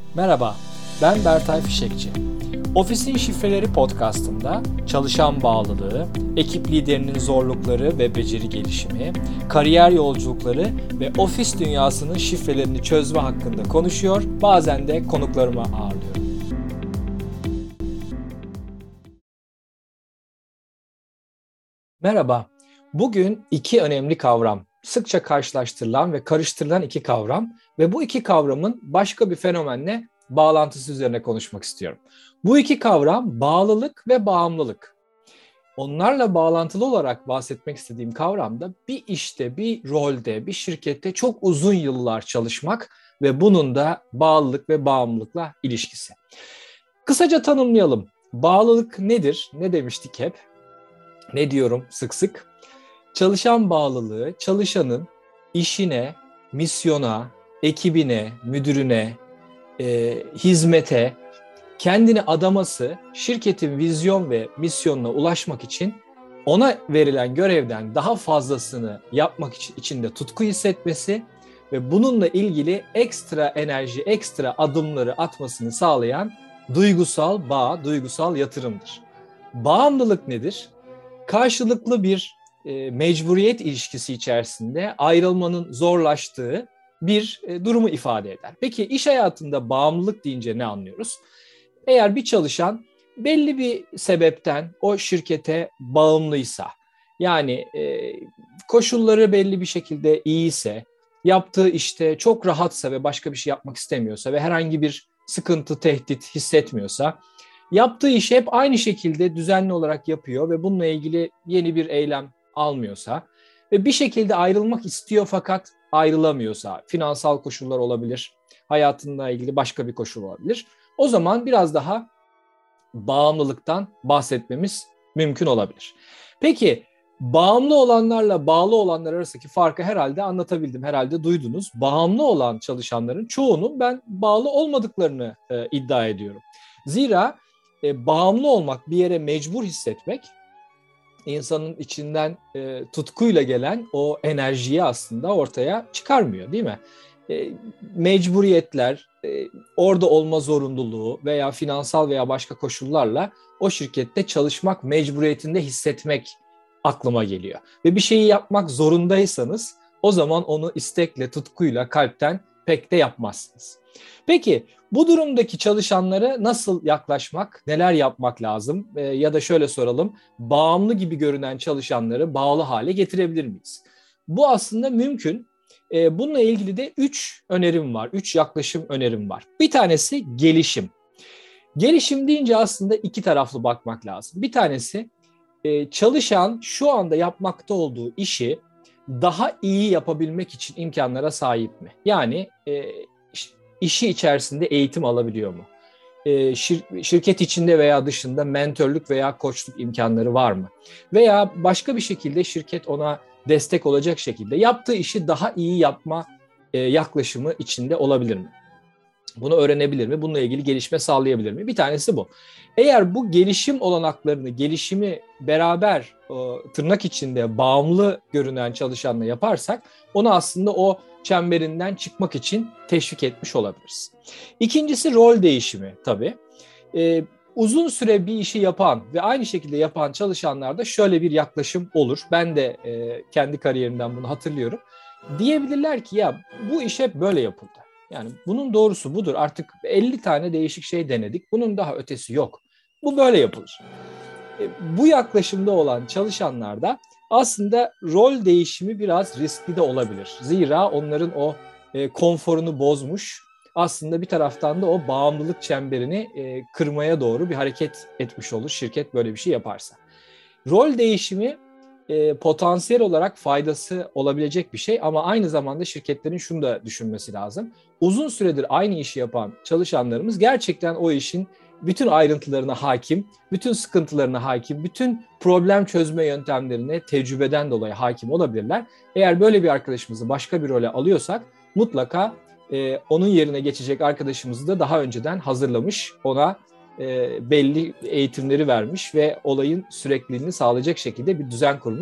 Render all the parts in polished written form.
Merhaba, ben Bertay Fişekçi. Ofisin Şifreleri podcastında çalışan bağlılığı, ekip liderinin zorlukları ve beceri gelişimi, kariyer yolculukları ve ofis dünyasının şifrelerini çözme hakkında konuşuyor, bazen de konuklarımı ağırlıyorum. Merhaba, bugün iki önemli kavram, sıkça karşılaştırılan ve karıştırılan iki kavram ve bu iki kavramın başka bir fenomenle bağlantısı üzerine konuşmak istiyorum. Bu iki kavram bağlılık ve bağımlılık. Onlarla bağlantılı olarak bahsetmek istediğim kavram da bir işte, bir rolde, bir şirkette çok uzun yıllar çalışmak ve bunun da bağlılık ve bağımlılıkla ilişkisi. Kısaca tanımlayalım. Bağlılık nedir? Ne demiştik hep? Ne diyorum sık sık? Çalışan bağlılığı, çalışanın işine, misyona, ekibine, müdürüne, hizmete kendini adaması, şirketin vizyon ve misyonuna ulaşmak için ona verilen görevden daha fazlasını yapmak için içinde tutku hissetmesi ve bununla ilgili ekstra enerji, ekstra adımları atmasını sağlayan duygusal bağ, duygusal yatırımdır. Bağımlılık nedir? Karşılıklı bir mecburiyet ilişkisi içerisinde ayrılmanın zorlaştığı bir durumu ifade eder. Peki iş hayatında bağımlılık deyince ne anlıyoruz? Eğer bir çalışan belli bir sebepten o şirkete bağımlıysa, yani koşulları belli bir şekilde iyiyse, yaptığı işte çok rahatsa ve başka bir şey yapmak istemiyorsa ve herhangi bir sıkıntı, tehdit hissetmiyorsa, yaptığı işi hep aynı şekilde düzenli olarak yapıyor ve bununla ilgili yeni bir eylem almıyorsa ve bir şekilde ayrılmak istiyor fakat ayrılamıyorsa, finansal koşullar olabilir, hayatınla ilgili başka bir koşul olabilir. O zaman biraz daha bağımlılıktan bahsetmemiz mümkün olabilir. Peki bağımlı olanlarla bağlı olanlar arasındaki farkı herhalde anlatabildim, herhalde duydunuz. Bağımlı olan çalışanların çoğunun ben bağlı olmadıklarını iddia ediyorum. Zira bağımlı olmak, bir yere mecbur hissetmek, insanın içinden tutkuyla gelen o enerjiyi aslında ortaya çıkarmıyor, değil mi? Mecburiyetler, orada olma zorunluluğu veya finansal veya başka koşullarla o şirkette çalışmak mecburiyetinde hissetmek aklıma geliyor. Ve bir şeyi yapmak zorundaysanız o zaman onu istekle, tutkuyla, kalpten pek de yapmazsınız. Peki bu durumdaki çalışanlara nasıl yaklaşmak, neler yapmak lazım? Ya da şöyle soralım, bağımlı gibi görünen çalışanları bağlı hale getirebilir miyiz? Bu aslında mümkün. Bununla ilgili de 3 önerim var, 3 yaklaşım önerim var. Bir tanesi gelişim. Gelişim deyince aslında iki taraflı bakmak lazım. Bir tanesi çalışan şu anda yapmakta olduğu işi daha iyi yapabilmek için imkanlara sahip mi? Yani işi içerisinde eğitim alabiliyor mu? Şirket içinde veya dışında mentörlük veya koçluk imkanları var mı? Veya başka bir şekilde şirket ona destek olacak şekilde yaptığı işi daha iyi yapma yaklaşımı içinde olabilir mi? Bunu öğrenebilir mi? Bununla ilgili gelişme sağlayabilir mi? Bir tanesi bu. Eğer bu gelişim olanaklarını, gelişimi beraber tırnak içinde bağımlı görünen çalışanla yaparsak onu aslında o çemberinden çıkmak için teşvik etmiş olabiliriz. İkincisi rol değişimi tabii. Uzun süre bir işi yapan ve aynı şekilde yapan çalışanlarda şöyle bir yaklaşım olur. Ben de kendi kariyerimden bunu hatırlıyorum. Diyebilirler ki ya bu iş hep böyle yapıldı. Yani bunun doğrusu budur. Artık 50 tane değişik şey denedik. Bunun daha ötesi yok. Bu böyle yapılır. Bu yaklaşımda olan çalışanlarda aslında rol değişimi biraz riskli de olabilir. Zira onların o konforunu bozmuş, aslında bir taraftan da o bağımlılık çemberini kırmaya doğru bir hareket etmiş olur şirket böyle bir şey yaparsa. Rol değişimi potansiyel olarak faydası olabilecek bir şey ama aynı zamanda şirketlerin şunu da düşünmesi lazım. Uzun süredir aynı işi yapan çalışanlarımız gerçekten o işin bütün ayrıntılarına hakim, bütün sıkıntılarına hakim, bütün problem çözme yöntemlerine tecrübeden dolayı hakim olabilirler. Eğer böyle bir arkadaşımızı başka bir role alıyorsak mutlaka onun yerine geçecek arkadaşımızı da daha önceden hazırlamış, ona belli eğitimleri vermiş ve olayın sürekliliğini sağlayacak şekilde bir düzen kurmuş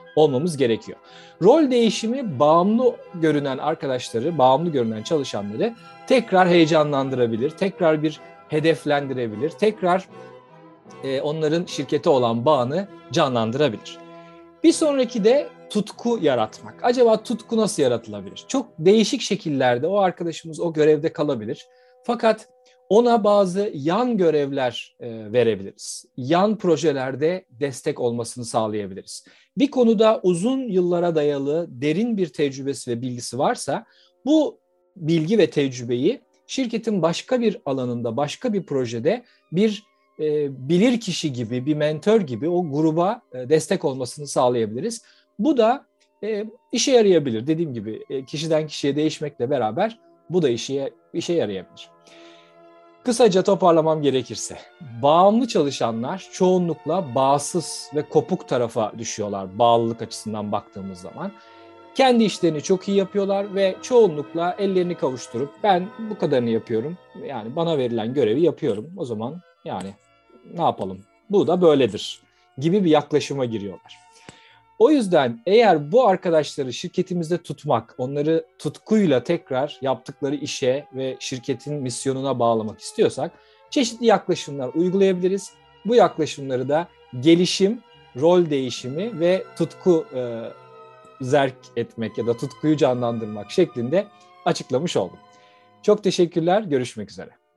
olmamız gerekiyor. Rol değişimi bağımlı görünen arkadaşları, bağımlı görünen çalışanları tekrar heyecanlandırabilir, tekrar bir hedeflendirebilir, tekrar onların şirkete olan bağını canlandırabilir. Bir sonraki de tutku yaratmak. Acaba tutku nasıl yaratılabilir? Çok değişik şekillerde o arkadaşımız o görevde kalabilir. Fakat ona bazı yan görevler verebiliriz. Yan projelerde destek olmasını sağlayabiliriz. Bir konuda uzun yıllara dayalı derin bir tecrübesi ve bilgisi varsa bu bilgi ve tecrübeyi şirketin başka bir alanında, başka bir projede bir bilir kişi gibi, bir mentor gibi o gruba destek olmasını sağlayabiliriz. Bu da işe yarayabilir. Dediğim gibi kişiden kişiye değişmekle beraber bu da işe yarayabilir. Kısaca toparlamam gerekirse, bağımlı çalışanlar çoğunlukla bağımsız ve kopuk tarafa düşüyorlar bağlılık açısından baktığımız zaman. Kendi işlerini çok iyi yapıyorlar ve çoğunlukla ellerini kavuşturup ben bu kadarını yapıyorum. Yani bana verilen görevi yapıyorum. O zaman yani ne yapalım? Bu da böyledir gibi bir yaklaşıma giriyorlar. O yüzden eğer bu arkadaşları şirketimizde tutmak, onları tutkuyla tekrar yaptıkları işe ve şirketin misyonuna bağlamak istiyorsak çeşitli yaklaşımlar uygulayabiliriz. Bu yaklaşımları da gelişim, rol değişimi ve tutku zerk etmek ya da tutkuyu canlandırmak şeklinde açıklamış oldum. Çok teşekkürler, görüşmek üzere.